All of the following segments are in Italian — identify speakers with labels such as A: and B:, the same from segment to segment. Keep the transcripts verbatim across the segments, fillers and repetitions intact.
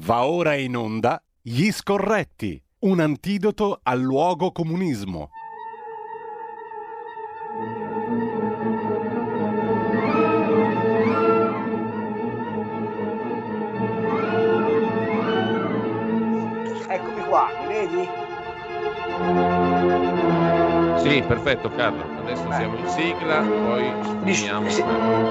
A: Va ora in onda Gli Scorretti, un antidoto al luogo comunismo.
B: Eccomi qua, mi vedi?
C: Sì, perfetto Carlo, adesso
B: Beh.
C: siamo in sigla, poi spegniamo.
B: Sì.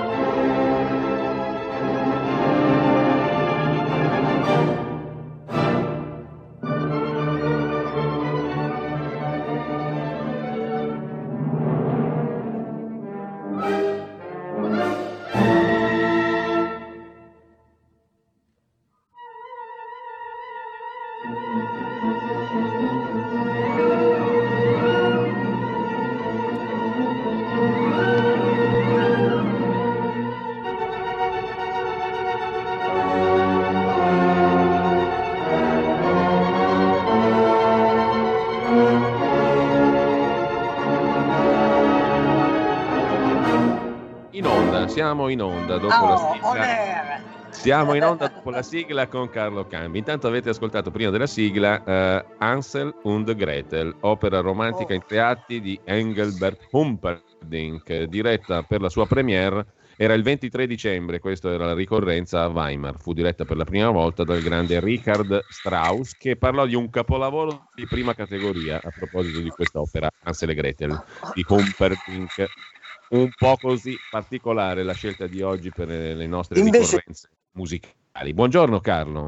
C: In onda, siamo in onda dopo
B: Oh,
C: la
B: on
C: sigla.
B: air.
C: Siamo in onda dopo la sigla con Carlo Cambi. Intanto avete ascoltato prima della sigla eh, Hansel und Gretel, opera romantica
B: Oh.
C: in tre atti di Engelbert Humperdinck, diretta per la sua premiere. Era il ventitré dicembre, questa era la ricorrenza a Weimar. Fu diretta per la prima volta dal grande Richard Strauss, che parlò di un capolavoro di prima categoria a proposito di quest'opera, Hansel e Gretel, di Humperdinck. Un po' così particolare la scelta di oggi per le nostre
B: Invece-
C: ricorrenze musicali. Buongiorno Carlo.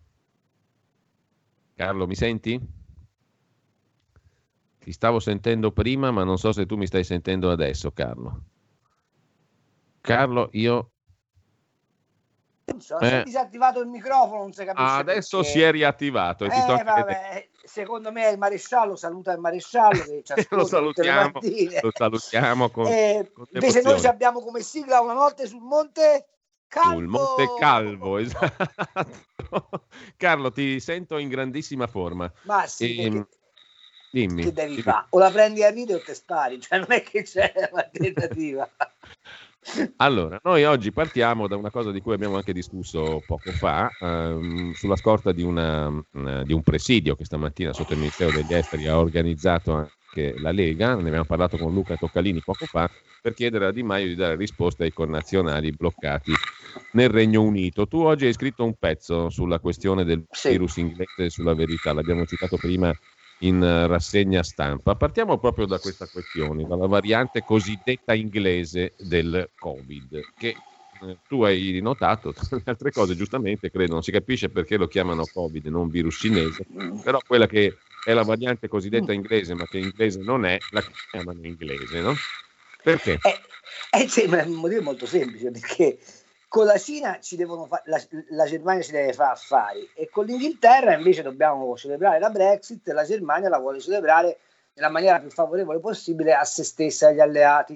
C: Carlo, mi senti? Ti stavo sentendo prima, ma non so se tu mi stai sentendo adesso, Carlo. Carlo, io...
B: Non so, si è
C: Eh.
B: disattivato il microfono, non si capisce
C: Adesso
B: perché.
C: si è riattivato e ti sto
B: Eh,
C: anche vedendo.
B: vabbè, secondo me il maresciallo saluta il maresciallo che ci
C: Lo
B: ascolta tutte le
C: salutiamo,
B: mattine.
C: lo salutiamo con,
B: Eh,
C: con
B: invece noi ci
C: devozione.
B: abbiamo come sigla Una notte sul monte Calvo.
C: Sul Monte Calvo, esatto. Carlo, ti sento in grandissima forma.
B: Ma sì,
C: E,
B: perché
C: dimmi,
B: che devi
C: dimmi.
B: fare? O la prendi a ridere o te spari, cioè non è che c'è un'alternativa.
C: Allora, noi oggi partiamo da una cosa di cui abbiamo anche discusso poco fa, ehm, sulla scorta di, una, mh, di un presidio che stamattina sotto il Ministero degli Esteri ha organizzato anche la Lega. Ne abbiamo parlato con Luca Toccalini poco fa, per chiedere a Di Maio di dare risposta ai connazionali bloccati nel Regno Unito. Tu oggi hai scritto un pezzo sulla questione del
B: Sì.
C: virus inglese e sulla verità, l'abbiamo citato prima in uh, rassegna stampa. Partiamo proprio da questa questione, dalla variante cosiddetta inglese del Covid, che eh, tu hai notato, tra le altre cose, giustamente, credo, non si capisce perché lo chiamano Covid, non virus cinese, però quella che è la variante cosiddetta inglese, ma che inglese non è, la chiamano inglese, no? Perché?
B: Eh, eh, sì, ma è un motivo molto semplice, perché con la Cina ci devono fa- la, la Germania ci deve fare affari e con l'Inghilterra invece dobbiamo celebrare la Brexit e la Germania la vuole celebrare nella maniera più favorevole possibile a se stessa e agli alleati.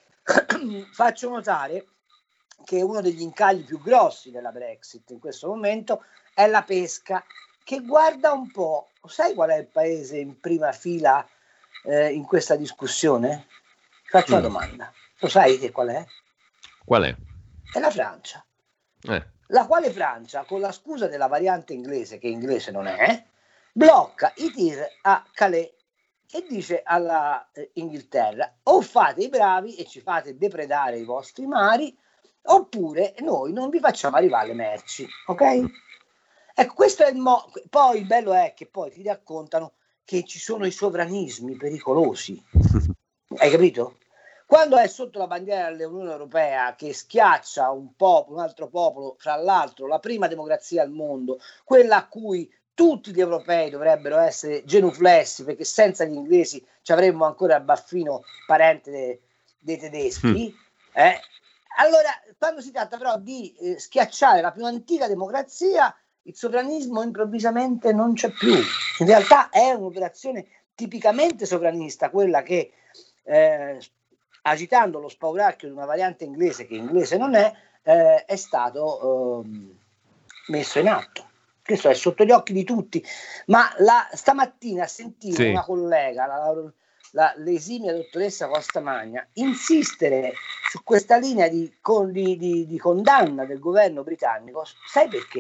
B: Faccio notare che uno degli incagli più grossi della Brexit in questo momento è la pesca, che guarda un po', sai qual è il paese in prima fila eh, in questa discussione? Faccio una
C: Mm.
B: domanda, lo sai che qual è?
C: Qual è?
B: È la Francia.
C: Eh.
B: La quale Francia, con la scusa della variante inglese, che inglese non è, blocca i tir a Calais e dice alla eh, Inghilterra: o fate i bravi e ci fate depredare i vostri mari, oppure noi non vi facciamo arrivare le merci, ok? Ecco, questo è il mo- poi il bello è che poi ti raccontano che ci sono i sovranismi pericolosi, hai capito? Quando è sotto la bandiera dell'Unione Europea che schiaccia un popolo, un altro popolo, fra l'altro la prima democrazia al mondo, quella a cui tutti gli europei dovrebbero essere genuflessi, perché senza gli inglesi ci avremmo ancora il baffino parente de- dei tedeschi, mm. eh? Allora, quando si tratta però di eh, schiacciare la più antica democrazia, il sovranismo improvvisamente non c'è più. In realtà è un'operazione tipicamente sovranista, quella che eh, agitando lo spauracchio di una variante inglese che inglese non è, eh, è stato eh, messo in atto. Questo è sotto gli occhi di tutti. Ma la, stamattina sentivo sì. una collega, la, la, l'esimia dottoressa Costamagna, insistere su questa linea di, di, di, di condanna del governo britannico. Sai perché?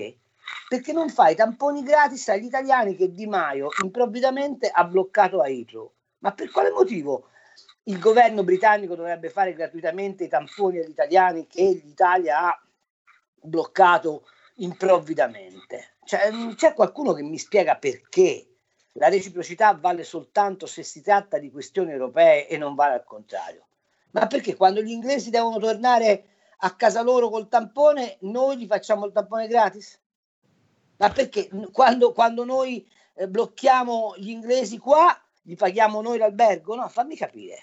B: Perché non fai tamponi gratis agli italiani che Di Maio improvvisamente ha bloccato a Heathrow? Ma per quale motivo il governo britannico dovrebbe fare gratuitamente i tamponi agli italiani che l'Italia ha bloccato improvvidamente? Cioè, c'è qualcuno che mi spiega perché la reciprocità vale soltanto se si tratta di questioni europee e non vale al contrario? Ma perché quando gli inglesi devono tornare a casa loro col tampone, noi gli facciamo il tampone gratis? Ma perché quando, quando noi eh, blocchiamo gli inglesi qua, gli paghiamo noi l'albergo? No, fammi capire.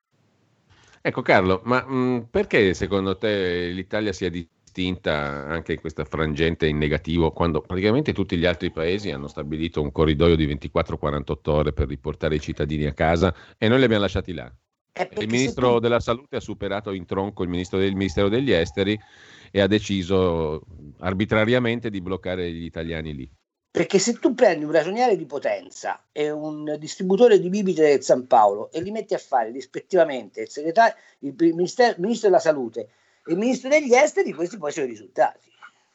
C: Ecco Carlo, ma mh, perché secondo te l'Italia sia distinta anche in questa frangente in negativo, quando praticamente tutti gli altri paesi hanno stabilito un corridoio di ventiquattro quarantotto ore per riportare i cittadini a casa e noi li abbiamo lasciati là? Il ministro tu... della Salute ha superato in tronco il ministro del Ministero degli Esteri e ha deciso arbitrariamente di bloccare gli italiani lì.
B: Perché se tu prendi un ragioniere di Potenza e un distributore di bibite del San Paolo e li metti a fare rispettivamente il segretario, il ministero, ministro della Salute e il ministro degli Esteri, questi poi sono i risultati.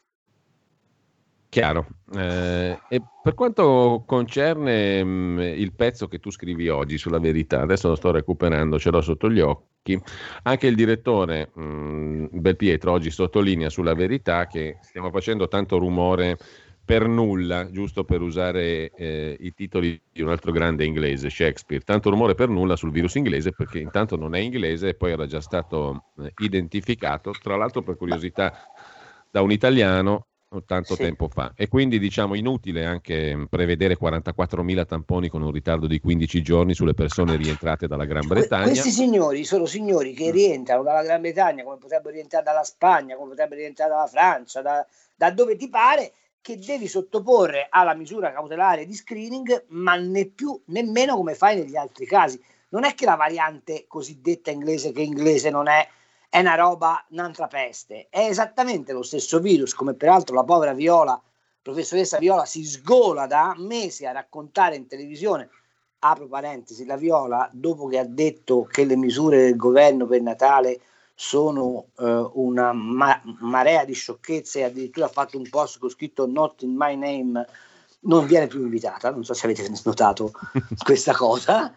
C: Chiaro. Eh, e per quanto concerne mh, il pezzo che tu scrivi oggi sulla Verità, adesso lo sto recuperando, ce l'ho sotto gli occhi, anche il direttore mh, Belpietro oggi sottolinea sulla Verità che stiamo facendo tanto rumore per nulla, giusto per usare eh, i titoli di un altro grande inglese, Shakespeare, tanto rumore per nulla sul virus inglese perché intanto non è inglese e poi era già stato eh, identificato, tra l'altro per curiosità da un italiano tanto sì. tempo fa, e quindi diciamo inutile anche prevedere quarantaquattromila tamponi con un ritardo di quindici giorni sulle persone rientrate dalla Gran Bretagna.
B: Questi signori sono signori che rientrano dalla Gran Bretagna come potrebbero rientrare dalla Spagna, come potrebbero rientrare dalla Francia, da, da dove ti pare, che devi sottoporre alla misura cautelare di screening, ma né più nemmeno come fai negli altri casi. Non è che la variante cosiddetta inglese, che inglese non è, è una roba, un'altra peste, è esattamente lo stesso virus, come peraltro la povera Viola, professoressa Viola, si sgola da mesi a raccontare in televisione. Apro parentesi, la Viola, dopo che ha detto che le misure del governo per Natale sono eh, una ma- marea di sciocchezze, e addirittura ha fatto un post con scritto "Not in my name", non viene più invitata. Non so se avete notato questa cosa.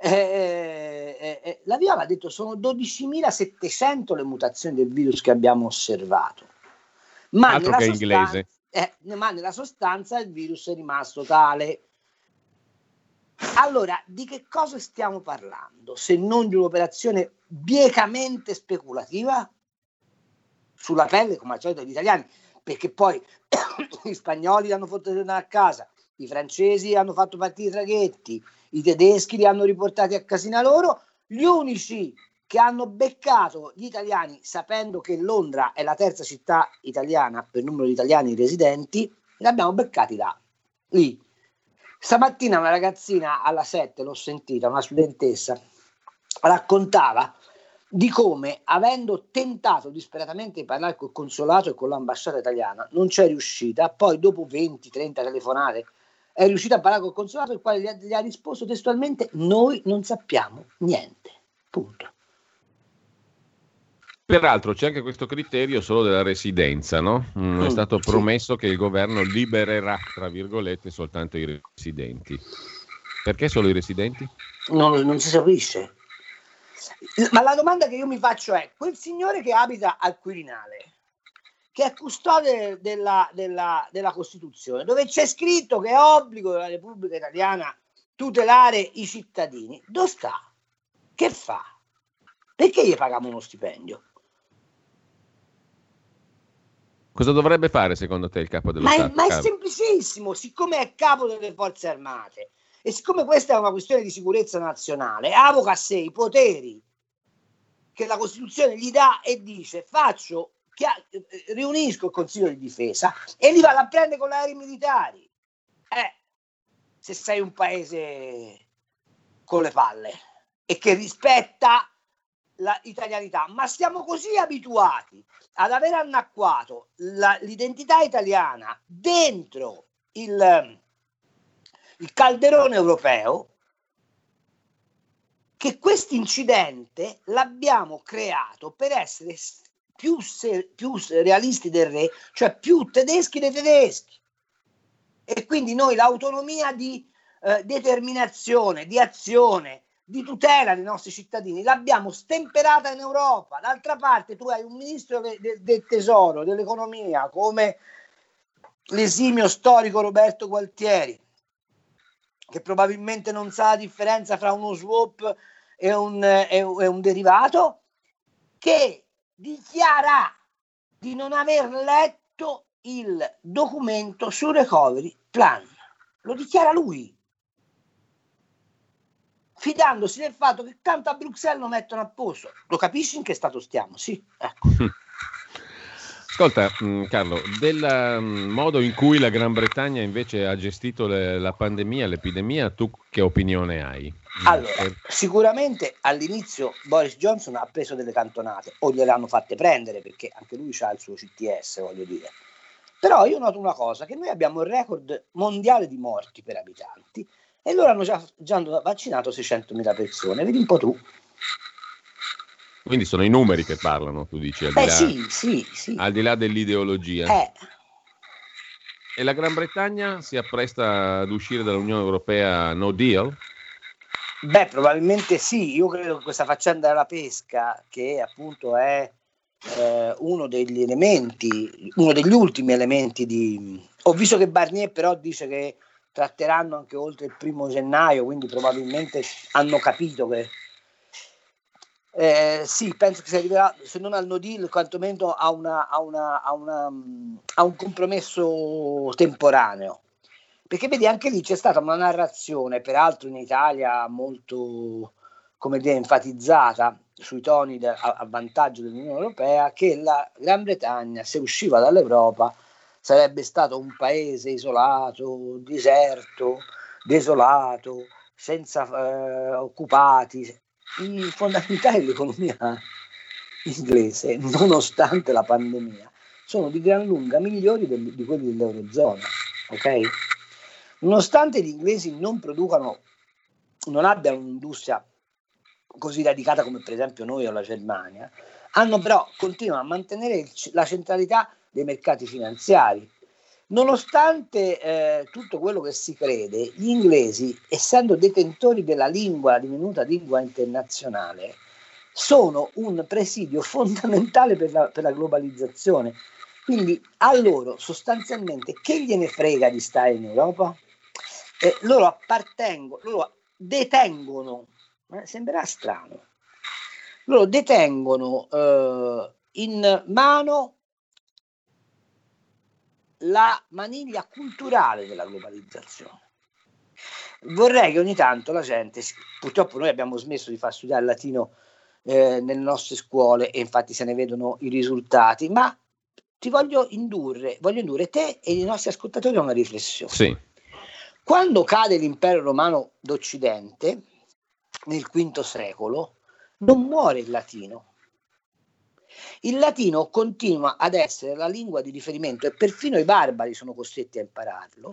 B: Eh, eh, eh, la Viola ha detto sono dodicimilasettecento le mutazioni del virus che abbiamo osservato, ma
C: altro
B: nella,
C: che
B: sostanza,
C: inglese.
B: eh, ma nella sostanza il virus è rimasto tale. Allora, di che cosa stiamo parlando se non di un'operazione biecamente speculativa sulla pelle, come al solito, degli italiani? Perché poi gli spagnoli l'hanno fatto tornare a casa, i francesi hanno fatto partire i traghetti, i tedeschi li hanno riportati a casina loro, gli unici che hanno beccato gli italiani, sapendo che Londra è la terza città italiana per numero di italiani residenti, li abbiamo beccati là, lì. Stamattina una ragazzina alla sette, l'ho sentita, una studentessa, raccontava di come, avendo tentato disperatamente di parlare col consolato e con l'ambasciata italiana, non c'è riuscita, poi dopo venti trenta telefonate è riuscita a parlare col consolato, il quale gli ha, gli ha risposto testualmente: noi non sappiamo niente, punto.
C: Peraltro c'è anche questo criterio solo della residenza, no? Mm, è stato promesso sì. che il governo libererà, tra virgolette, soltanto i residenti. Perché solo i residenti?
B: Non, non si capisce. Ma la domanda che io mi faccio è: quel signore che abita al Quirinale, che è custode della, della, della Costituzione, dove c'è scritto che è obbligo della Repubblica Italiana tutelare i cittadini, dove sta? Che fa? Perché gli paghiamo uno stipendio?
C: Cosa dovrebbe fare secondo te il capo dello
B: ma
C: Stato?
B: È, ma è semplicissimo, siccome è capo delle forze armate e siccome questa è una questione di sicurezza nazionale, avoca a sé i poteri che la Costituzione gli dà e dice: faccio, riunisco il Consiglio di Difesa e li vado a prendere con gli aerei militari. Eh, se sei un paese con le palle e che rispetta l'italianità, ma siamo così abituati ad aver annacquato la, l'identità italiana dentro il, il calderone europeo, che questo incidente l'abbiamo creato per essere più, se, più realisti del re, cioè più tedeschi dei tedeschi. quindi noi l'autonomia di eh, determinazione, di azione, di tutela dei nostri cittadini l'abbiamo stemperata in Europa. D'altra parte tu hai un ministro de- de- del tesoro, dell'economia come l'esimio storico Roberto Gualtieri, che probabilmente non sa la differenza fra uno swap e un, e un, e un derivato, che dichiara di non aver letto il documento sul recovery plan. Lo dichiara lui, fidandosi del fatto che tanto a Bruxelles lo mettono a posto. Lo capisci in che stato stiamo? Sì, ecco.
C: Ascolta, mh, Carlo, del mh, modo in cui la Gran Bretagna invece ha gestito le, la pandemia, l'epidemia, tu che opinione hai?
B: Allora,
C: Per...
B: sicuramente all'inizio Boris Johnson ha preso delle cantonate, o gliel'hanno fatte prendere, perché anche lui ha il suo C T S, voglio dire. Però io noto una cosa, che noi abbiamo il record mondiale di morti per abitanti e loro hanno già, già vaccinato seicentomila persone, vedi un po' tu.
C: Quindi sono i numeri che parlano, tu dici, al di
B: Eh
C: là,
B: sì, sì, sì.
C: al di là dell'ideologia.
B: Eh.
C: E la Gran Bretagna si appresta ad uscire dall'Unione Europea no deal?
B: Beh, probabilmente sì. Io credo che questa faccenda della pesca, che appunto è eh, uno degli elementi, uno degli ultimi elementi di... Ho visto che Barnier però dice che tratteranno anche oltre il primo gennaio, quindi probabilmente hanno capito che Eh, sì, penso che si arriverà, se non al no deal, quantomeno a, una, a, una, a, una, a un compromesso temporaneo. Perché vedi, anche lì c'è stata una narrazione, peraltro in Italia molto, come dire, enfatizzata sui toni de, a, a vantaggio dell'Unione Europea, che la Gran Bretagna, se usciva dall'Europa, sarebbe stato un paese isolato, deserto, desolato, senza eh, occupati. I fondamentali dell'economia inglese, nonostante la pandemia, sono di gran lunga migliori del, di quelli dell'Eurozona, ok? Nonostante gli inglesi non producano, non abbiano un'industria così radicata come per esempio noi o la Germania, hanno però continuano a mantenere il, la centralità dei mercati finanziari. Nonostante eh, tutto quello che si crede, gli inglesi, essendo detentori della lingua, la divenuta lingua internazionale, sono un presidio fondamentale per la, per la globalizzazione. Quindi a loro sostanzialmente che gliene frega di stare in Europa? Eh, loro appartengono, loro detengono, eh, sembrerà strano, loro detengono eh, in mano la maniglia culturale della globalizzazione. Vorrei che ogni tanto la gente, purtroppo noi abbiamo smesso di far studiare il latino eh, nelle nostre scuole e infatti se ne vedono i risultati, ma ti voglio indurre, voglio indurre te e i nostri ascoltatori a una riflessione.
C: Sì.
B: Quando cade l'impero romano d'Occidente, nel quinto secolo, non muore il latino. Il latino continua ad essere la lingua di riferimento e perfino i barbari sono costretti a impararlo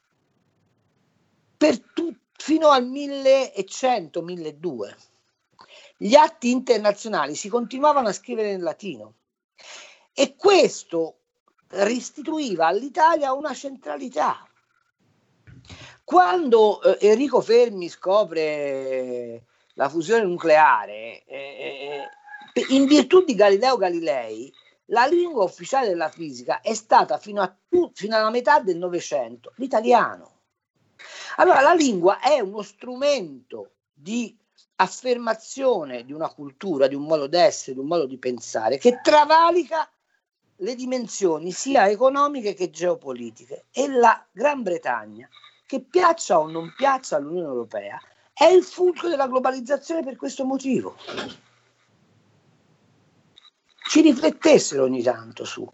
B: per tu, fino al millecento milleduecento. Gli atti internazionali si continuavano a scrivere in latino e questo restituiva all'Italia una centralità. Quando eh, Enrico Fermi scopre la fusione nucleare, eh, in virtù di Galileo Galilei, la lingua ufficiale della fisica è stata fino, a tu, fino alla metà del Novecento l'italiano. Allora la lingua è uno strumento di affermazione di una cultura, di un modo d'essere, di un modo di pensare che travalica le dimensioni sia economiche che geopolitiche. E la Gran Bretagna, che piaccia o non piaccia all'Unione Europea, è il fulcro della globalizzazione per questo motivo. Ci riflettessero ogni tanto su.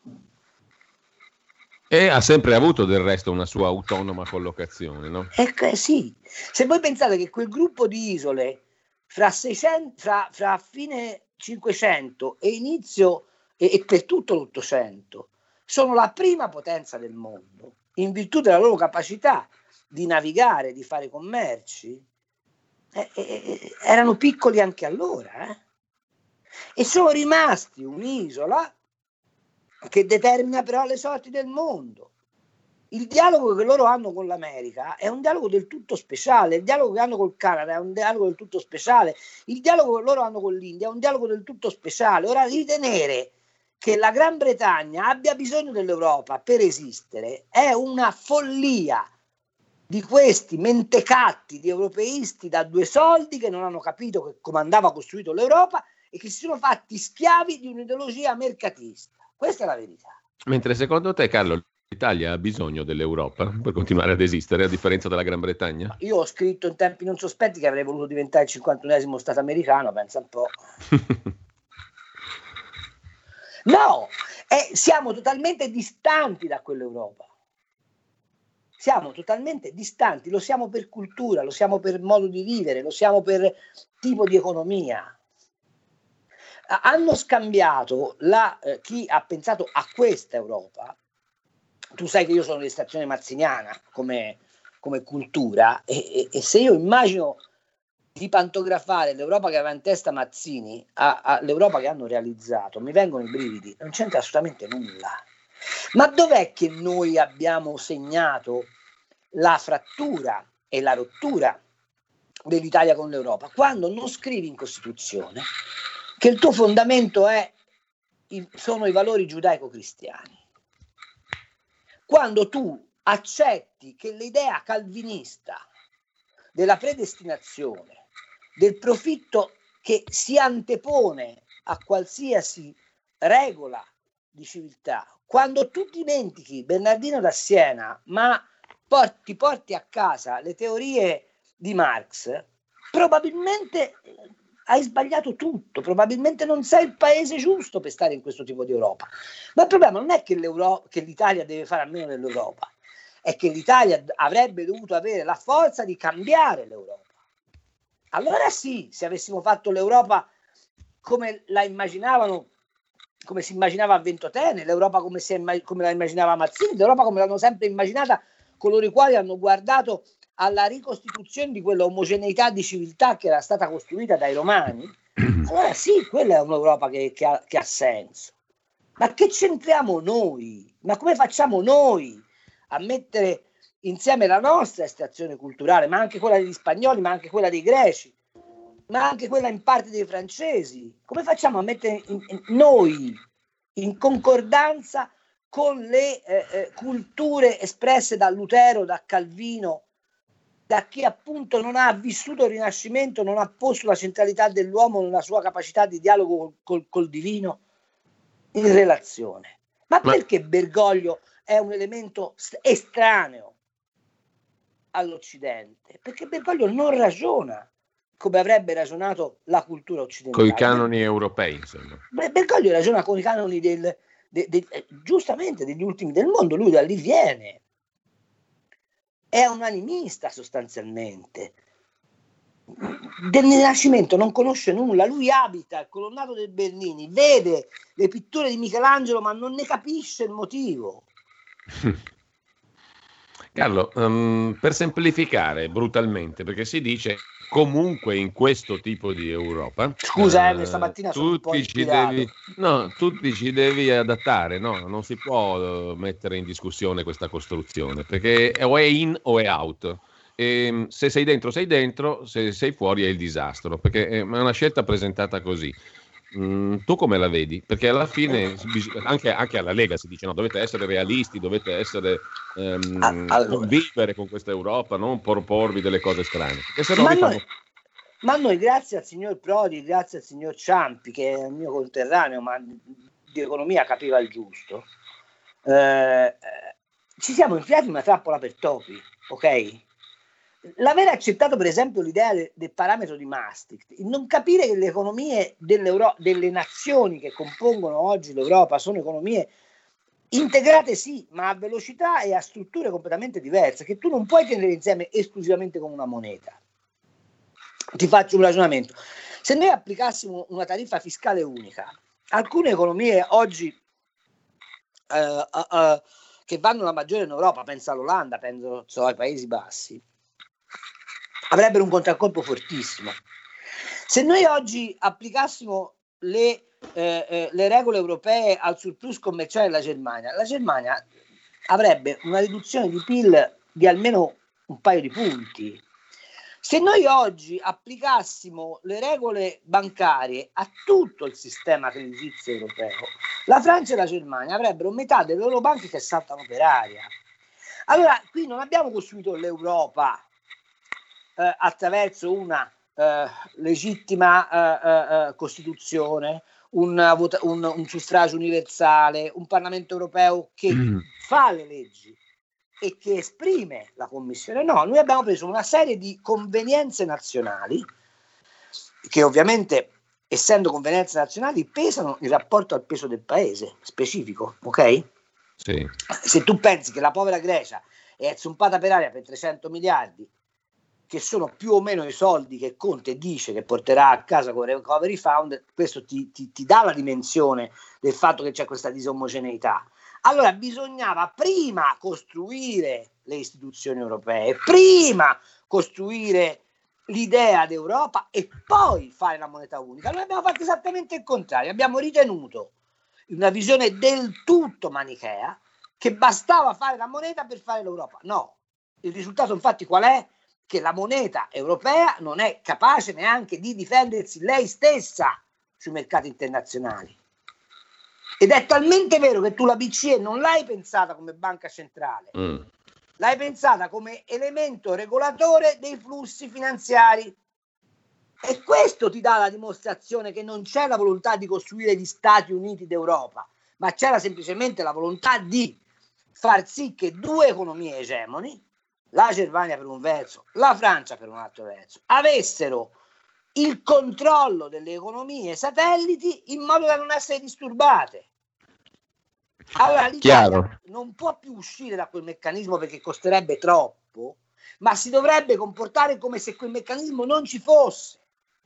C: E ha sempre avuto del resto una sua autonoma collocazione, no?
B: Ecco, sì. Se voi pensate che quel gruppo di isole fra, seicento, fra, fra fine cinquecento e inizio e, e per tutto l'Ottocento sono la prima potenza del mondo in virtù della loro capacità di navigare, di fare commerci, eh, eh, erano piccoli anche allora, eh? E sono rimasti un'isola che determina però le sorti del mondo. Il dialogo che loro hanno con l'America è un dialogo del tutto speciale, il dialogo che hanno col Canada è un dialogo del tutto speciale, il dialogo che loro hanno con l'India è un dialogo del tutto speciale. Ora, ritenere che la Gran Bretagna abbia bisogno dell'Europa per esistere è una follia di questi mentecatti di europeisti da due soldi che non hanno capito che come andava costruito l'Europa e che si sono fatti schiavi di un'ideologia mercatista. Questa è la verità.
C: Mentre secondo te, Carlo, l'Italia ha bisogno dell'Europa per continuare ad esistere, a differenza della Gran Bretagna?
B: Io ho scritto in tempi non sospetti che avrei voluto diventare il cinquantunesimo Stato americano, pensa un po'. No, eh, siamo totalmente distanti da quell'Europa. Siamo totalmente distanti, lo siamo per cultura, lo siamo per modo di vivere, lo siamo per tipo di economia. Hanno scambiato la, eh, chi ha pensato a questa Europa. Tu sai che io sono di estrazione mazziniana come, come cultura e, e, e se io immagino di pantografare l'Europa che aveva in testa Mazzini all'Europa che hanno realizzato, mi vengono i brividi, non c'entra assolutamente nulla. Ma dov'è che noi abbiamo segnato la frattura e la rottura dell'Italia con l'Europa? Quando non scrivi in Costituzione che il tuo fondamento è, sono i valori giudaico-cristiani. Quando tu accetti che l'idea calvinista della predestinazione, del profitto che si antepone a qualsiasi regola di civiltà, quando tu dimentichi Bernardino da Siena, ma porti, porti a casa le teorie di Marx, probabilmente hai sbagliato tutto, probabilmente non sei il paese giusto per stare in questo tipo di Europa. Ma il problema non è che, che l'Italia deve fare a meno dell'Europa, è che l'Italia avrebbe dovuto avere la forza di cambiare l'Europa. Allora sì, se avessimo fatto l'Europa come la immaginavano, come si immaginava a Ventotene, l'Europa come, si, come la immaginava Mazzini, l'Europa come l'hanno sempre immaginata coloro i quali hanno guardato alla ricostituzione di quella omogeneità di civiltà che era stata costruita dai romani, allora sì, quella è un'Europa che, che, ha, che ha senso. Ma che c'entriamo noi? Ma come facciamo noi a mettere insieme la nostra estrazione culturale, ma anche quella degli spagnoli, ma anche quella dei greci, ma anche quella in parte dei francesi? Come facciamo a mettere in, in, noi in concordanza con le eh, eh, culture espresse da Lutero, da Calvino, da chi appunto non ha vissuto il Rinascimento, non ha posto la centralità dell'uomo nella sua capacità di dialogo col, col, col divino in relazione? Ma, Ma perché Bergoglio è un elemento estraneo all'Occidente? Perché Bergoglio non ragiona come avrebbe ragionato la cultura occidentale.
C: Con i canoni europei, insomma.
B: Bergoglio ragiona con i canoni del, de, de, eh, giustamente degli ultimi del mondo, lui da lì viene. È un animista sostanzialmente. Del Rinascimento non conosce nulla, lui abita il colonnato del Bernini, vede le pitture di Michelangelo ma non ne capisce il motivo.
C: Carlo, um, per semplificare brutalmente, perché si dice comunque in questo tipo di Europa,
B: scusa
C: eh,
B: eh, stamattina
C: tu
B: sono un po'
C: ti ci devi, no, tu ti ci devi adattare, no? Non si può uh, mettere in discussione questa costruzione, perché o è in o è out. E se sei dentro sei dentro, se sei fuori è il disastro, perché è una scelta presentata così. Mm, tu come la vedi? Perché alla fine anche, anche alla Lega si dice no, dovete essere realisti, dovete essere ehm,
B: allora.
C: convivere con questa Europa, non proporvi delle cose strane. Se no
B: ma,
C: fanno...
B: noi, ma noi grazie al signor Prodi, grazie al signor Ciampi, che è il mio conterraneo ma di economia capiva il giusto, eh, ci siamo infilati in una trappola per topi, ok? L'aver accettato per esempio l'idea de, del parametro di Maastricht, il non capire che le economie delle nazioni che compongono oggi l'Europa sono economie integrate sì, ma a velocità e a strutture completamente diverse, che tu non puoi tenere insieme esclusivamente con una moneta. Ti faccio un ragionamento. Se noi applicassimo una tariffa fiscale unica, alcune economie oggi uh, uh, uh, che vanno la maggiore in Europa, penso all'Olanda, penso so, ai Paesi Bassi, avrebbero un contraccolpo fortissimo. Se noi oggi applicassimo le, eh, eh, le regole europee al surplus commerciale della Germania, la Germania avrebbe una riduzione di P I L di almeno un paio di punti. Se noi oggi applicassimo le regole bancarie a tutto il sistema creditizio europeo, la Francia e la Germania avrebbero metà delle loro banche che saltano per aria. Allora, qui non abbiamo costruito l'Europa eh, attraverso una eh, legittima eh, eh, Costituzione, una vota- un, un suffragio universale, un Parlamento europeo che mm. fa le leggi e che esprime la Commissione. No, noi abbiamo preso una serie di convenienze nazionali che ovviamente, essendo convenienze nazionali, pesano in rapporto al peso del paese specifico, ok?
C: Sì.
B: Se tu pensi che la povera Grecia è zompata per aria per trecento miliardi, che sono più o meno i soldi che Conte dice che porterà a casa con il Recovery Fund, questo ti, ti, ti dà la dimensione del fatto che c'è questa disomogeneità. Allora bisognava prima costruire le istituzioni europee, prima costruire l'idea d'Europa e poi fare la moneta unica. Noi abbiamo fatto esattamente il contrario, abbiamo ritenuto, in una visione del tutto manichea, che bastava fare la moneta per fare l'Europa. No, il risultato infatti qual è? Che la moneta europea non è capace neanche di difendersi lei stessa sui mercati internazionali. Ed è talmente vero che tu la B C E non l'hai pensata come banca centrale, mm. l'hai pensata come elemento regolatore dei flussi finanziari. E questo ti dà la dimostrazione che non c'è la volontà di costruire gli Stati Uniti d'Europa, ma c'era semplicemente la volontà di far sì che due economie egemoni, la Germania per un verso, la Francia per un altro verso, avessero il controllo delle economie satelliti in modo da non essere disturbate. Allora l'Italia Chiaro. non può più uscire da quel meccanismo perché costerebbe troppo, ma si dovrebbe comportare come se quel meccanismo non ci fosse.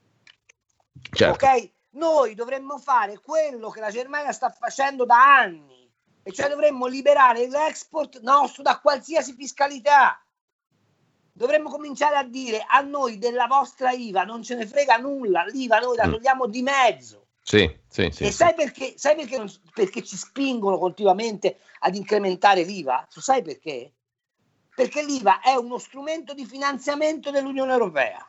C: Certo.
B: Ok? Noi dovremmo fare quello che la Germania sta facendo da anni, e cioè dovremmo liberare l'export nostro da qualsiasi fiscalità. Dovremmo cominciare a dire: a noi della vostra I V A non ce ne frega nulla, l'I V A noi la togliamo mm. di mezzo.
C: Sì, sì, sì.
B: E sai perché? Sai perché, non, perché ci spingono continuamente ad incrementare l'I V A? Tu sai perché? Perché l'I V A è uno strumento di finanziamento dell'Unione Europea.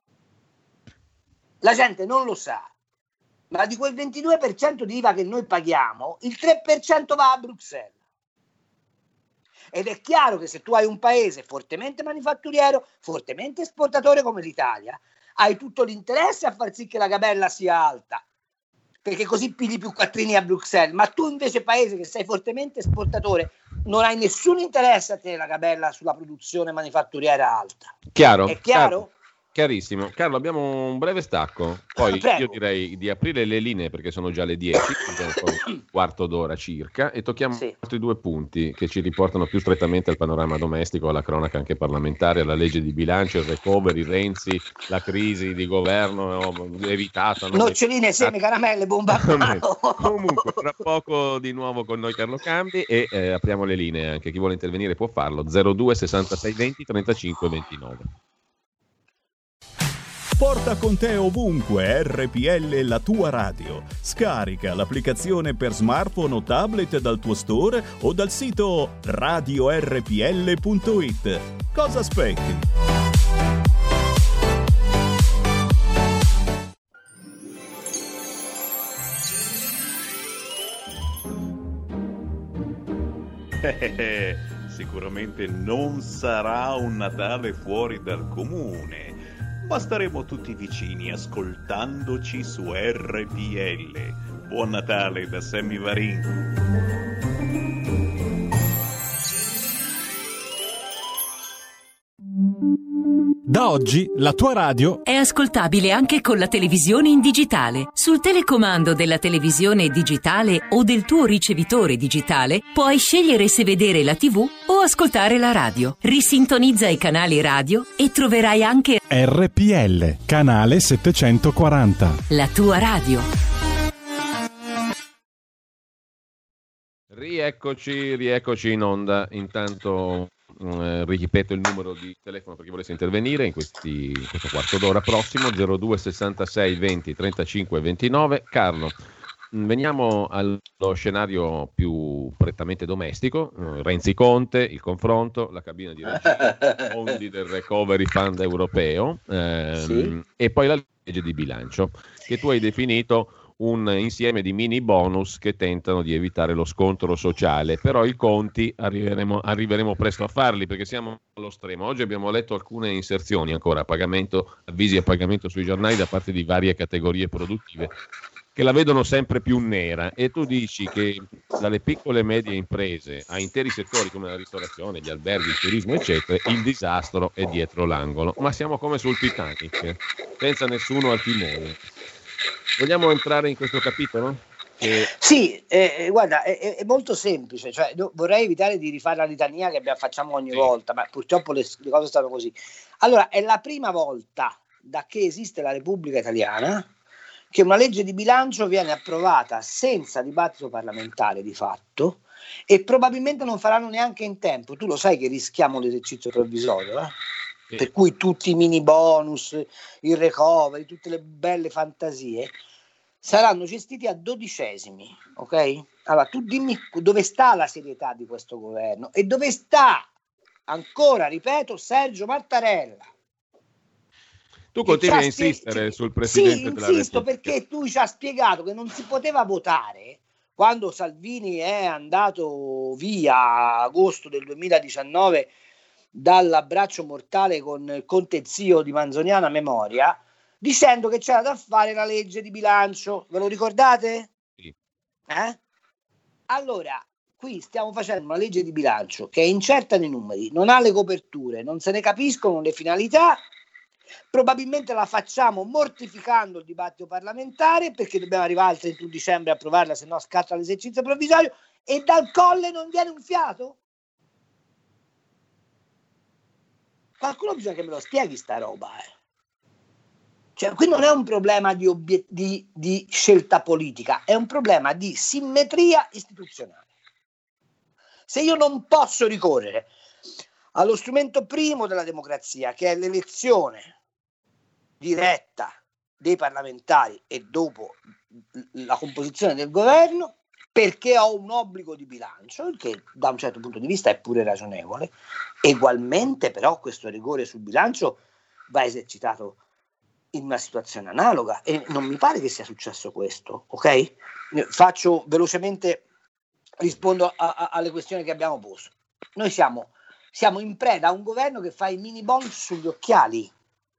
B: La gente non lo sa, ma di quel ventidue per cento di I V A che noi paghiamo, il tre per cento va a Bruxelles. Ed è chiaro che se tu hai un paese fortemente manifatturiero, fortemente esportatore come l'Italia, hai tutto l'interesse a far sì che la gabella sia alta, perché così pigli più quattrini a Bruxelles. Ma tu invece, paese che sei fortemente esportatore, non hai nessun interesse a tenere la gabella sulla produzione manifatturiera alta.
C: Chiaro?
B: È chiaro?
C: Chiaro. Chiarissimo. Carlo, abbiamo un breve stacco, poi Prego. io direi di aprire le linee perché sono già le dieci, un quarto d'ora circa, e tocchiamo sì. altri due punti che ci riportano più strettamente al panorama domestico, alla cronaca anche parlamentare, alla legge di bilancio, il recovery, Renzi, la crisi di governo no, evitata. No?
B: Noccioline, seme, caramelle, bomba a mano.
C: Comunque, tra poco di nuovo con noi Carlo Cambi e eh, apriamo le linee, anche chi vuole intervenire può farlo, zero due sessantasei venti trentacinque ventinove.
D: Porta con te ovunque R P L, la tua radio. Scarica l'applicazione per smartphone o tablet dal tuo store o dal sito radio erre pi elle punto it. Cosa aspetti?
E: Sicuramente non sarà un Natale fuori dal comune. Ma staremo tutti vicini ascoltandoci su R P L. Buon Natale da Sammy Varin.
F: Da oggi la tua radio
G: è ascoltabile anche con la televisione in digitale. Sul telecomando della televisione digitale o del tuo ricevitore digitale puoi scegliere se vedere la tivù o ascoltare la radio. Risintonizza i canali radio e troverai anche
F: R P L, canale settecentoquaranta.
G: La tua radio.
C: Rieccoci, rieccoci in onda. Intanto Uh, ripeto il numero di telefono per chi volesse intervenire in questi, in questo quarto d'ora prossimo, zero due sessantasei venti trentacinque ventinove. Carlo, veniamo allo scenario più prettamente domestico, Renzi Conte, il confronto, la cabina di regia, i fondi del recovery fund europeo, ehm,
B: Sì.
C: e poi la legge di bilancio, che tu hai definito un insieme di mini bonus che tentano di evitare lo scontro sociale, però i conti arriveremo, arriveremo presto a farli, perché siamo allo stremo. Oggi abbiamo letto alcune inserzioni ancora a pagamento, avvisi a pagamento sui giornali da parte di varie categorie produttive che la vedono sempre più nera, e tu dici che dalle piccole e medie imprese a interi settori come la ristorazione, gli alberghi, il turismo eccetera, il disastro è dietro l'angolo, ma siamo come sul Titanic, senza nessuno al timone. Vogliamo entrare in questo capitolo? Che...
B: Sì, eh, guarda, è, è molto semplice, cioè, no, vorrei evitare di rifare la litania che abbiamo, facciamo ogni
C: sì.
B: volta, ma purtroppo le, le cose stanno così. Allora, è la prima volta da che esiste la Repubblica Italiana che una legge di bilancio viene approvata senza dibattito parlamentare di fatto, e probabilmente non faranno neanche in tempo. Tu lo sai che rischiamo l'esercizio provvisorio, eh?
C: Sì.
B: Per cui tutti i mini bonus, il recovery, tutte le belle fantasie saranno gestiti a dodicesimi, ok? Allora tu dimmi dove sta la serietà di questo governo e dove sta, ancora ripeto, Sergio Mattarella.
C: Tu continui a
B: spie-
C: insistere
B: ci-
C: sul Presidente
B: sì,
C: della
B: insisto
C: Repubblica.
B: perché tu ci hai spiegato che non si poteva votare quando Salvini è andato via a agosto del duemiladiciannove dall'abbraccio mortale con Conte zio di Manzoniana memoria, dicendo che c'era da fare la legge di bilancio. Ve lo ricordate?
C: Sì.
B: Eh? Allora, qui stiamo facendo una legge di bilancio che è incerta nei numeri, non ha le coperture, non se ne capiscono le finalità. Probabilmente la facciamo mortificando il dibattito parlamentare, perché dobbiamo arrivare al trentuno dicembre a approvarla, se no scatta l'esercizio provvisorio, e dal Colle non viene un fiato? Qualcuno bisogna che me lo spieghi sta roba, eh. Cioè, qui non è un problema di, obiet- di, di scelta politica, è un problema di simmetria istituzionale. Se io non posso ricorrere allo strumento primo della democrazia, che è l'elezione diretta dei parlamentari e dopo la composizione del governo, perché ho un obbligo di bilancio, che da un certo punto di vista è pure ragionevole, egualmente però questo rigore sul bilancio va esercitato in una situazione analoga, e non mi pare che sia successo questo, ok? Faccio velocemente, rispondo a, a, alle questioni che abbiamo posto. Noi siamo, siamo in preda a un governo che fa i mini bonus sugli occhiali,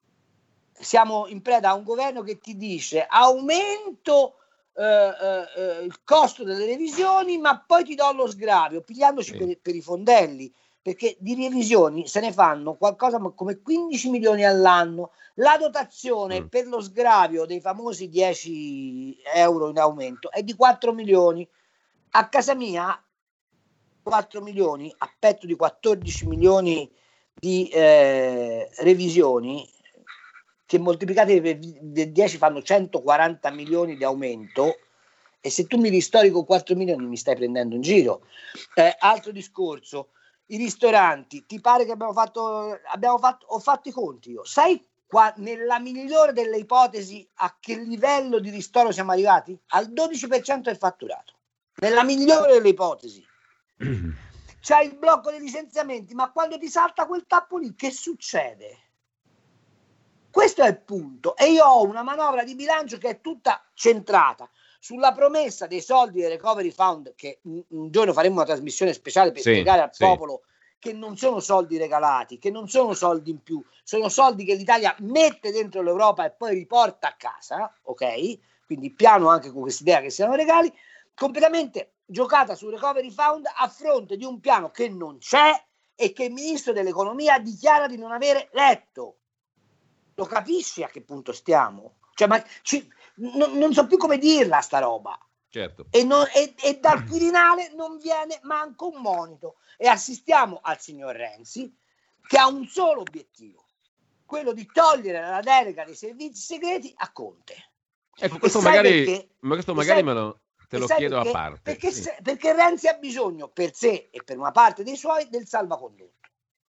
B: siamo in preda a un governo che ti dice aumento eh, eh, il costo delle revisioni, ma poi ti do lo sgravio, pigliandoci
C: Sì.
B: per, per i fondelli, perché di revisioni se ne fanno qualcosa come quindici milioni all'anno. La dotazione
C: Mm.
B: per lo sgravio dei famosi dieci euro in aumento è di quattro milioni. A casa mia quattro milioni a petto di quattordici milioni di eh, revisioni, che moltiplicate per dieci fanno centoquaranta milioni di aumento, e se tu mi ristori con quattro milioni mi stai prendendo in giro. Eh, altro discorso, i ristoranti, ti pare che abbiamo fatto, abbiamo fatto, ho fatto i conti io, sai qua, nella migliore delle ipotesi a che livello di ristoro siamo arrivati? Al dodici per cento del fatturato, nella migliore delle ipotesi. C'hai il blocco dei licenziamenti, ma quando ti salta quel tappo lì, che succede? Questo è il punto, e io ho una manovra di bilancio che è tutta centrata sulla promessa dei soldi del Recovery Fund, che un, un giorno faremo una trasmissione speciale per
C: Sì,
B: spiegare al
C: sì.
B: popolo che non sono soldi regalati, che non sono soldi in più, sono soldi che l'Italia mette dentro l'Europa e poi riporta a casa, ok? Quindi piano anche con questa idea che siano regali, completamente giocata sul Recovery Fund a fronte di un piano che non c'è e che il Ministro dell'Economia dichiara di non avere letto. Lo capisci a che punto stiamo? Cioè, ma ci, non, non so più come dirla sta roba.
C: Certo.
B: E, non, e, e dal Quirinale non viene manco un monito, e assistiamo al signor Renzi che ha un solo obiettivo, quello di togliere la delega dei servizi segreti a Conte.
C: Ecco,
B: E
C: questo
B: sai
C: magari,
B: perché?
C: ma questo
B: E
C: magari
B: sai-
C: me lo, te
B: e
C: lo
B: sai
C: chiedo
B: perché?
C: a parte.
B: Perché,
C: Sì.
B: se- perché Renzi ha bisogno per sé e per una parte dei suoi del salvacondotto.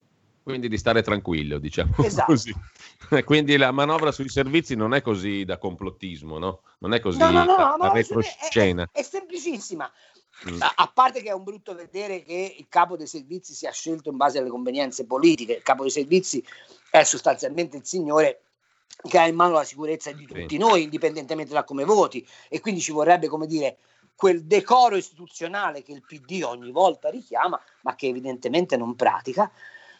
C: Quindi di stare tranquillo, diciamo
B: esatto.
C: così. Quindi la manovra sui servizi non è così da complottismo, no? Non è così
B: no, no, no,
C: da,
B: no,
C: da
B: no,
C: retroscena.
B: È, è, è semplicissima.
C: Mm.
B: A, a parte che è un brutto vedere che il capo dei servizi sia scelto in base alle convenienze politiche. Il capo dei servizi è sostanzialmente il signore che ha in mano la sicurezza di tutti
C: Sì.
B: noi, indipendentemente da come voti, e quindi ci vorrebbe, come dire, quel decoro istituzionale che il P D ogni volta richiama, ma che evidentemente non pratica.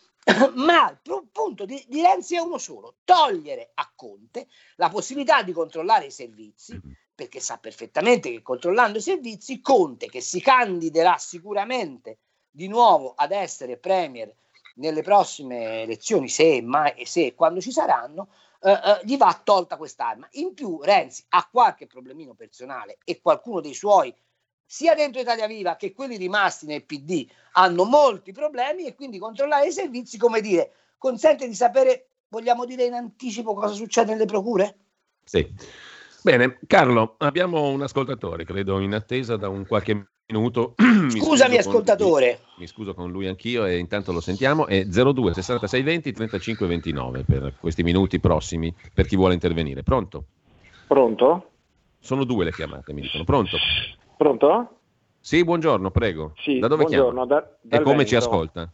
B: Ma il punto di, di Renzi è uno solo: togliere a Conte la possibilità di controllare i servizi, perché sa perfettamente che controllando i servizi Conte, che si candiderà sicuramente di nuovo ad essere premier nelle prossime elezioni, se mai e se e quando ci saranno, eh, eh, gli va tolta quest'arma. In più Renzi ha qualche problemino personale e qualcuno dei suoi, sia dentro Italia Viva che quelli rimasti nel P D, hanno molti problemi, e quindi controllare i servizi, come dire, consente di sapere, vogliamo dire in anticipo, cosa succede nelle procure?
C: Sì. Bene, Carlo, abbiamo un ascoltatore, credo, in attesa da un qualche minuto. Mi
B: Scusami ascoltatore.
C: Lui, mi scuso con lui anch'io e intanto lo sentiamo. È zero due sessantasei venti trentacinque ventinove per questi minuti prossimi, per chi vuole intervenire. Pronto?
H: Pronto?
C: Sono due le chiamate, mi dicono. Pronto?
H: Pronto?
C: Sì, buongiorno, prego.
H: Sì,
C: da dove
H: buongiorno,
C: chiama?
H: Da,
C: e come
H: Veneto.
C: ci ascolta?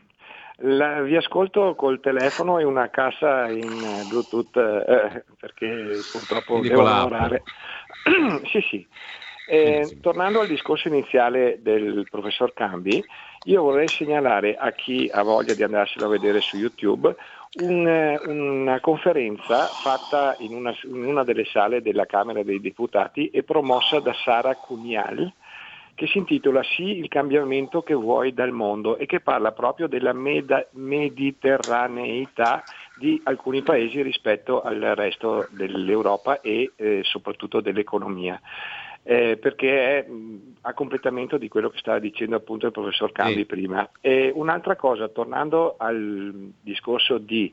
H: La, vi ascolto col telefono e una cassa in Bluetooth, eh, perché purtroppo
C: Quindi
H: devo
C: con l'app.
H: lavorare. Sì, sì. Eh,
C: sì.
H: Tornando al discorso iniziale del professor Cambi, io vorrei segnalare a chi ha voglia di andarselo a vedere su YouTube un, una conferenza fatta in una, in una delle sale della Camera dei Deputati e promossa da Sara Cunial, che si intitola Sì, il cambiamento che vuoi dal mondo, e che parla proprio della meda- mediterraneità di alcuni paesi rispetto al resto dell'Europa e eh, soprattutto dell'economia. Eh, perché è mh, a completamento di quello che stava dicendo appunto il professor Cambi
C: Sì.
H: prima. E un'altra cosa, tornando al discorso di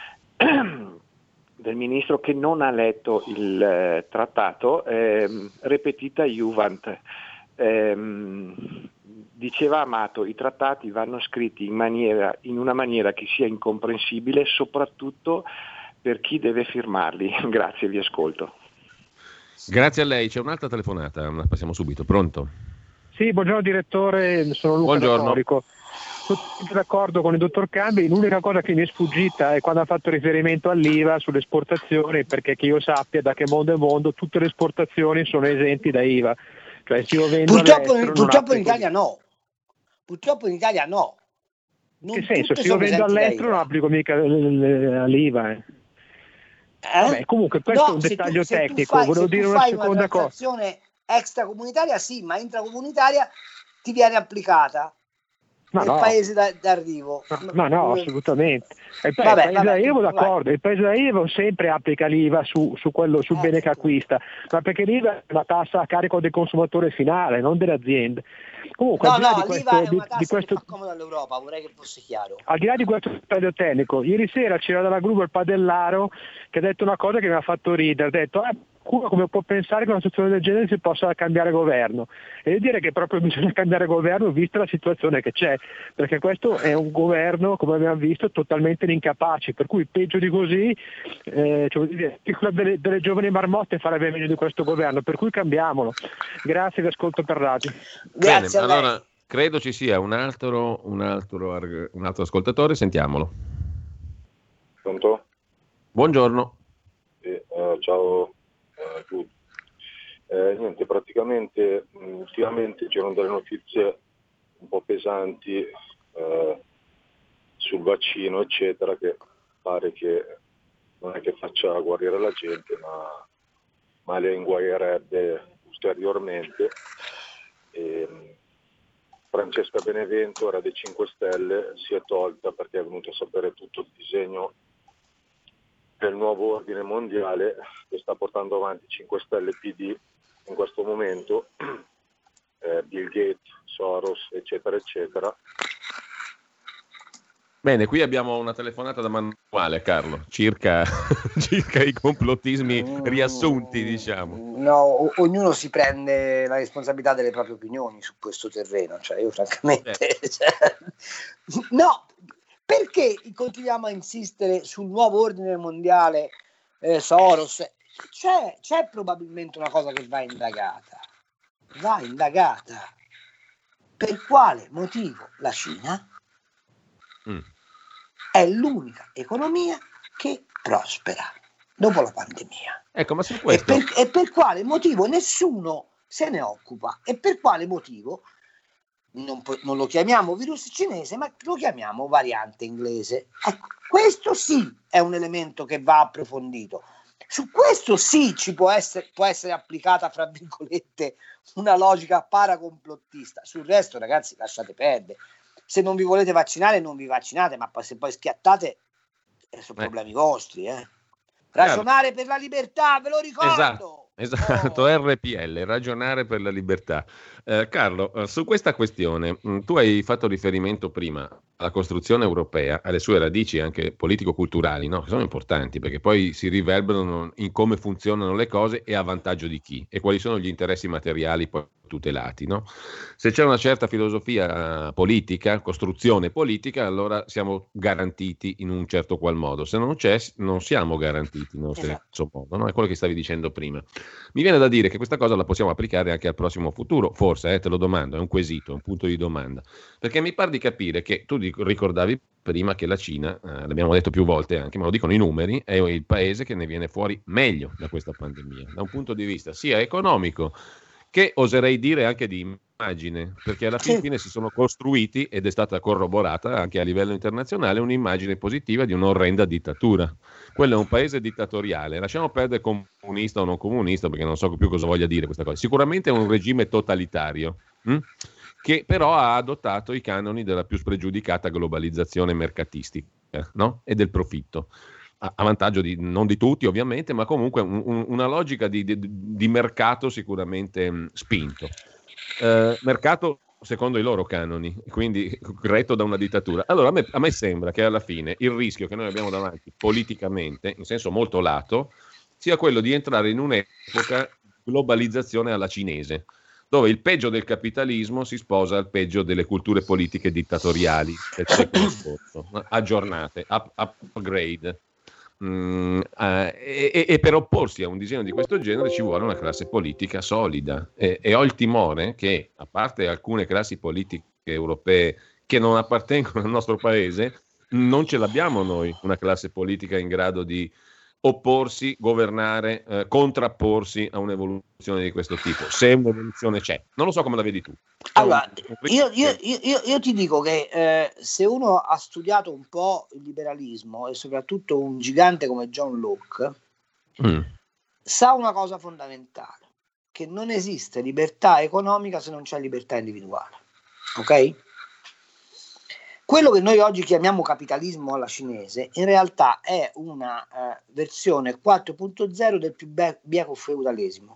H: del ministro che non ha letto il eh, trattato, eh, repetita Juvent. Ehm, diceva Amato, i trattati vanno scritti in, maniera, in una maniera che sia incomprensibile soprattutto per chi deve firmarli. Grazie, vi ascolto.
C: Grazie a lei. C'è un'altra telefonata, la passiamo subito. Pronto?
I: Sì, buongiorno direttore, sono Luca
C: Buongiorno.
I: Torico. Sono d'accordo con il dottor Cambi, l'unica cosa che mi è sfuggita è quando ha fatto riferimento all'I V A sulle esportazioni, perché che io sappia da che mondo è mondo tutte le esportazioni sono esenti da I V A. Cioè, se io vendo
B: purtroppo
I: all'estero,
B: purtroppo in
I: applico...
B: Italia no. Purtroppo in Italia no. Non
I: che senso?
B: tutte
I: Se io
B: sono
I: vendo
B: esenti da
I: all'estero
B: I V A.
I: non applico mica l'I V A. Eh.
B: Eh?
I: Vabbè, comunque questo
B: No,
I: è un
B: se
I: dettaglio
B: tu, se tu
I: tecnico.
B: fai,
I: Volevo
B: se
I: dire
B: tu
I: una
B: fai
I: seconda
B: una
I: cosa.
B: transazione extracomunitaria sì, ma intracomunitaria ti viene applicata
I: Ma
B: nel
I: no.
B: paese da- d'arrivo.
I: Ma no, assolutamente. E poi
B: Vabbè,
I: il paese
B: vabbè,
I: da I V A
B: tu-
I: d'accordo, il paese da I V A sempre applica l'I V A su, su quello sul
B: Eh,
I: bene che
B: ecco.
I: acquista, ma perché l'I V A è una tassa a carico del consumatore finale, non delle aziende. Comunque,
B: No,
I: al di là
B: no,
I: di
B: l'I V
I: questo,
B: A è
I: di,
B: una
I: di
B: tassa
I: questo
B: che fa comodo all'Europa, vorrei che fosse chiaro.
I: al di là di questo dettaglio tecnico, ieri sera c'era dalla Gruber Padellaro che ha detto una cosa che mi ha fatto ridere, ha detto ah, come può pensare che una situazione del genere si possa cambiare governo? E io direi che proprio bisogna cambiare governo vista la situazione che c'è, perché questo è un governo, come abbiamo visto, totalmente incapace, per cui peggio di così, eh, cioè, il club delle, delle giovani marmotte farebbe meglio di questo governo, per cui cambiamolo. Grazie, vi ascolto per radio.
B: Grazie
C: Bene,
B: a lei.
C: allora credo ci sia un altro, un altro, arg- un altro ascoltatore, sentiamolo.
J: Pronto?
C: Buongiorno.
J: Sì, eh, ciao a tutti. Eh, niente, praticamente mh, ultimamente c'erano delle notizie un po' pesanti eh, sul vaccino, eccetera, che pare che non è che faccia guarire la gente, ma, ma le inguaierebbe ulteriormente. E, mh, Francesca Benevento era dei cinque Stelle, si è tolta perché è venuta a sapere tutto il disegno del nuovo ordine mondiale che sta portando avanti cinque Stelle P D in questo momento, eh, Bill Gates, Soros, eccetera, eccetera.
C: Bene, qui abbiamo una telefonata da manuale, Carlo, circa, circa i complottismi riassunti, diciamo.
B: No, o- ognuno si prende la responsabilità delle proprie opinioni su questo terreno, cioè io francamente... cioè, no, Perché continuiamo a insistere sul nuovo ordine mondiale, eh, Soros? C'è, c'è probabilmente una cosa che va indagata. Va indagata. Per quale motivo la Cina mm. è l'unica economia che prospera dopo la pandemia?
C: Ecco, ma su questo...
B: E per, e per quale motivo nessuno se ne occupa? E per quale motivo non, non lo chiamiamo virus cinese, ma lo chiamiamo variante inglese? Ecco, questo sì è un elemento che va approfondito. Su questo sì ci può essere, può essere applicata, fra virgolette, una logica paracomplottista. Sul resto, ragazzi, lasciate perdere. Se non vi volete vaccinare, non vi vaccinate, ma se poi schiattate, eh, sono eh. problemi vostri. Eh. Ragionare per la libertà, ve lo ricordo.
C: Esatto. Esatto, oh. R P L, ragionare per la libertà. Eh, Carlo, eh, su questa questione, mh, tu hai fatto riferimento prima alla costruzione europea, alle sue radici anche politico-culturali, no? Che sono importanti perché poi si riverberano in come funzionano le cose e a vantaggio di chi e quali sono gli interessi materiali poi tutelati, no? Se c'è una certa filosofia politica, costruzione politica, allora siamo garantiti in un certo qual modo. Se non c'è, non siamo garantiti in uno stesso modo, no? È quello che stavi dicendo prima. Mi viene da dire che questa cosa la possiamo applicare anche al prossimo futuro, forse, eh, te lo domando, è un quesito, è un punto di domanda, perché mi pare di capire che tu ricordavi prima che la Cina, eh, l'abbiamo detto più volte anche, ma lo dicono i numeri, è il paese che ne viene fuori meglio da questa pandemia, da un punto di vista sia economico che oserei dire anche di immagine, perché alla fin fine si sono costruiti, ed è stata corroborata anche a livello internazionale, un'immagine positiva di un'orrenda dittatura. Quello è un paese dittatoriale, lasciamo perdere comunista o non comunista, perché non so più cosa voglia dire questa cosa. Sicuramente è un regime totalitario, hm? che però ha adottato i canoni della più spregiudicata globalizzazione mercatistica, no? E del profitto. A vantaggio di, non di tutti ovviamente, ma comunque un, un, una logica di, di, di mercato sicuramente mh, spinto. Eh, mercato secondo i loro canoni, quindi retto da una dittatura. Allora a me, a me sembra che alla fine il rischio che noi abbiamo davanti politicamente, in senso molto lato, sia quello di entrare in un'epoca globalizzazione alla cinese, dove il peggio del capitalismo si sposa al peggio delle culture politiche dittatoriali del secolo scorso, aggiornate, up, upgrade. Mm, eh, e, e per opporsi a un disegno di questo genere ci vuole una classe politica solida e, e ho il timore che, a parte alcune classi politiche europee che non appartengono al nostro paese, non ce l'abbiamo noi una classe politica in grado di opporsi, governare, eh, contrapporsi a un'evoluzione di questo tipo, se un'evoluzione c'è. Non lo so come la vedi tu.
B: Allora, io, io, io, io ti dico che eh, se uno ha studiato un po' il liberalismo e soprattutto un gigante come John Locke, mm. sa una cosa fondamentale, che non esiste libertà economica se non c'è libertà individuale. Ok? Quello che noi oggi chiamiamo capitalismo alla cinese in realtà è una eh, versione quattro punto zero del più be- bieco feudalesimo.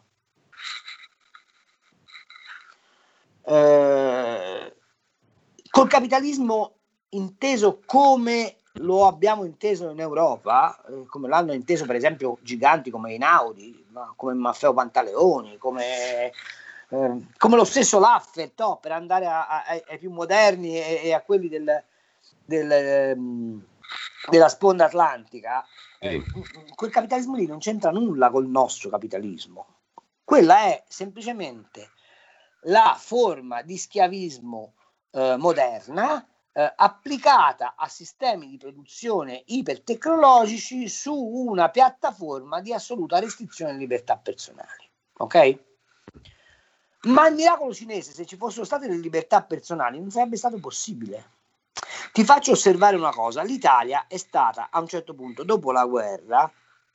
B: Eh, col capitalismo inteso come lo abbiamo inteso in Europa, eh, come l'hanno inteso per esempio giganti come Einaudi, ma come Maffeo Pantaleoni, come... Eh, come lo stesso Laffer, no? Per andare a, a, ai più moderni e, e a quelli del, del, um, della sponda atlantica, eh, quel capitalismo lì non c'entra nulla col nostro capitalismo. Quella è semplicemente la forma di schiavismo eh, moderna eh, applicata a sistemi di produzione ipertecnologici su una piattaforma di assoluta restrizione delle libertà personali. Ok? Ma il miracolo cinese, se ci fossero state le libertà personali, non sarebbe stato possibile. Ti faccio osservare una cosa: l'Italia è stata a un certo punto, dopo la guerra,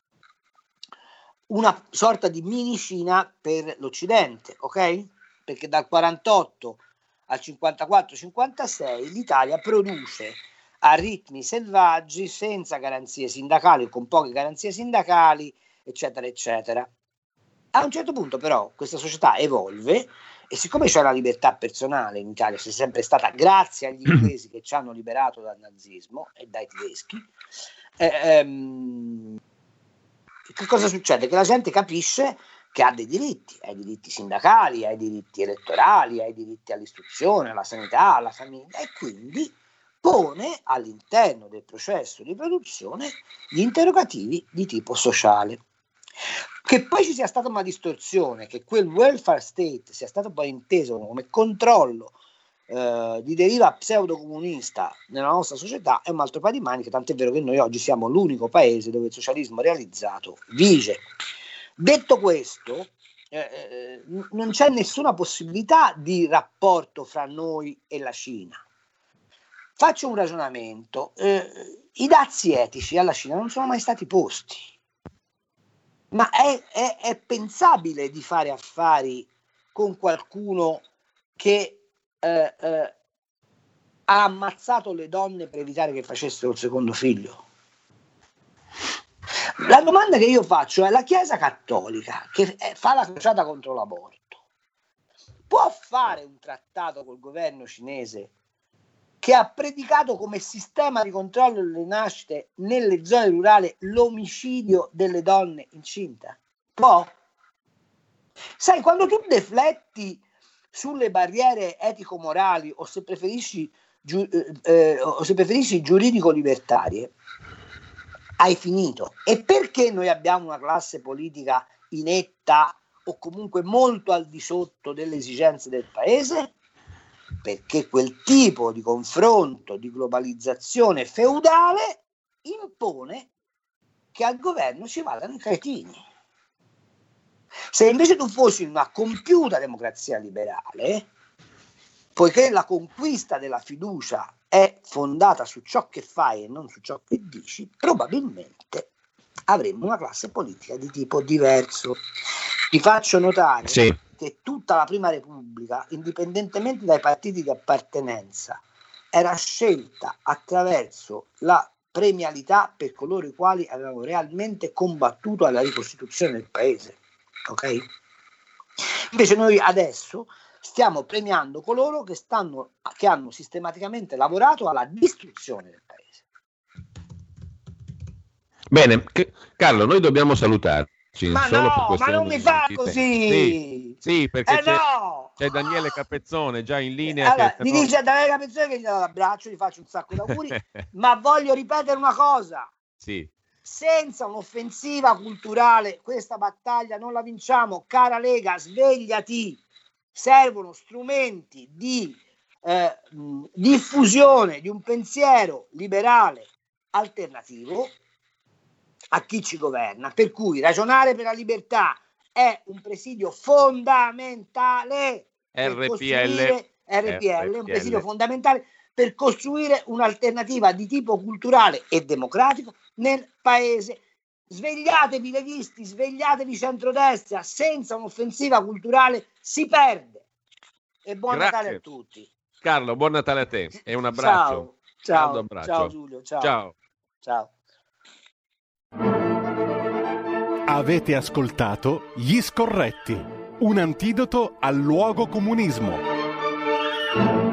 B: una sorta di mini Cina per l'Occidente, ok? Perché dal quarantotto al cinquantaquattro cinquantasei l'Italia produce a ritmi selvaggi, senza garanzie sindacali o con poche garanzie sindacali, eccetera, eccetera. A un certo punto però questa società evolve e siccome c'è la libertà personale in Italia, c'è sempre stata grazie agli inglesi che ci hanno liberato dal nazismo e dai tedeschi, eh, ehm, che cosa succede? Che la gente capisce che ha dei diritti, ha i diritti sindacali, ha i diritti elettorali, ha i diritti all'istruzione, alla sanità, alla famiglia e quindi pone all'interno del processo di produzione gli interrogativi di tipo sociale. Che poi ci sia stata una distorsione, che quel welfare state sia stato poi inteso come controllo eh, di deriva pseudocomunista nella nostra società, è un altro paio di maniche, tant'è vero che noi oggi siamo l'unico paese dove il socialismo realizzato vige. Detto questo, eh, non c'è nessuna possibilità di rapporto fra noi e la Cina. Faccio un ragionamento, eh, i dazi etici alla Cina non sono mai stati posti, ma è, è, è pensabile di fare affari con qualcuno che eh, eh, ha ammazzato le donne per evitare che facessero il secondo figlio? La domanda che io faccio è: la Chiesa Cattolica, che fa la crociata contro l'aborto, può fare un trattato col governo cinese che ha predicato come sistema di controllo delle nascite nelle zone rurali l'omicidio delle donne incinte? Può? Sai, quando tu defletti sulle barriere etico-morali o se preferisci, giu- eh, o se preferisci giuridico-libertarie, hai finito. E perché noi abbiamo una classe politica inetta o comunque molto al di sotto delle esigenze del paese? Perché quel tipo di confronto, di globalizzazione feudale impone che al governo ci vadano i cretini. Se invece tu fossi una compiuta democrazia liberale, poiché la conquista della fiducia è fondata su ciò che fai e non su ciò che dici, probabilmente avremmo una classe politica di tipo diverso. Ti faccio notare sì. che tutta la Prima Repubblica, indipendentemente dai partiti di appartenenza, era scelta attraverso la premialità per coloro i quali avevano realmente combattuto alla ricostituzione del paese. Ok? Invece noi adesso stiamo premiando coloro che, stanno, che hanno sistematicamente lavorato alla distruzione del paese.
C: Bene, Carlo, noi dobbiamo salutarci.
B: Ma
C: solo
B: no,
C: per
B: ma non mi fa così!
C: Sì, sì, perché
B: eh
C: c'è,
B: no!
C: c'è Daniele Capezzone già in linea.
B: Allora,
C: che
B: mi
C: però...
B: dice Daniele Capezzone che gli do l'abbraccio, gli faccio un sacco d'auguri, ma voglio ripetere una cosa.
C: Sì.
B: Senza un'offensiva culturale questa battaglia non la vinciamo, cara Lega, svegliati! Servono strumenti di eh, diffusione di un pensiero liberale alternativo a chi ci governa, per cui ragionare per la libertà è un presidio fondamentale per
C: R P L,
B: costruire R P L,
C: R P L
B: è un presidio fondamentale per costruire un'alternativa di tipo culturale e democratico nel paese. Svegliatevi leghisti, svegliatevi centrodestra, senza un'offensiva culturale si perde. E buon
C: Grazie.
B: Natale a tutti.
C: Carlo, buon Natale a te e un abbraccio.
B: Ciao, ciao,
C: abbraccio.
B: ciao Giulio, ciao.
C: Ciao.
B: Ciao.
A: Avete ascoltato Gli Scorretti, un antidoto al luogo comunismo.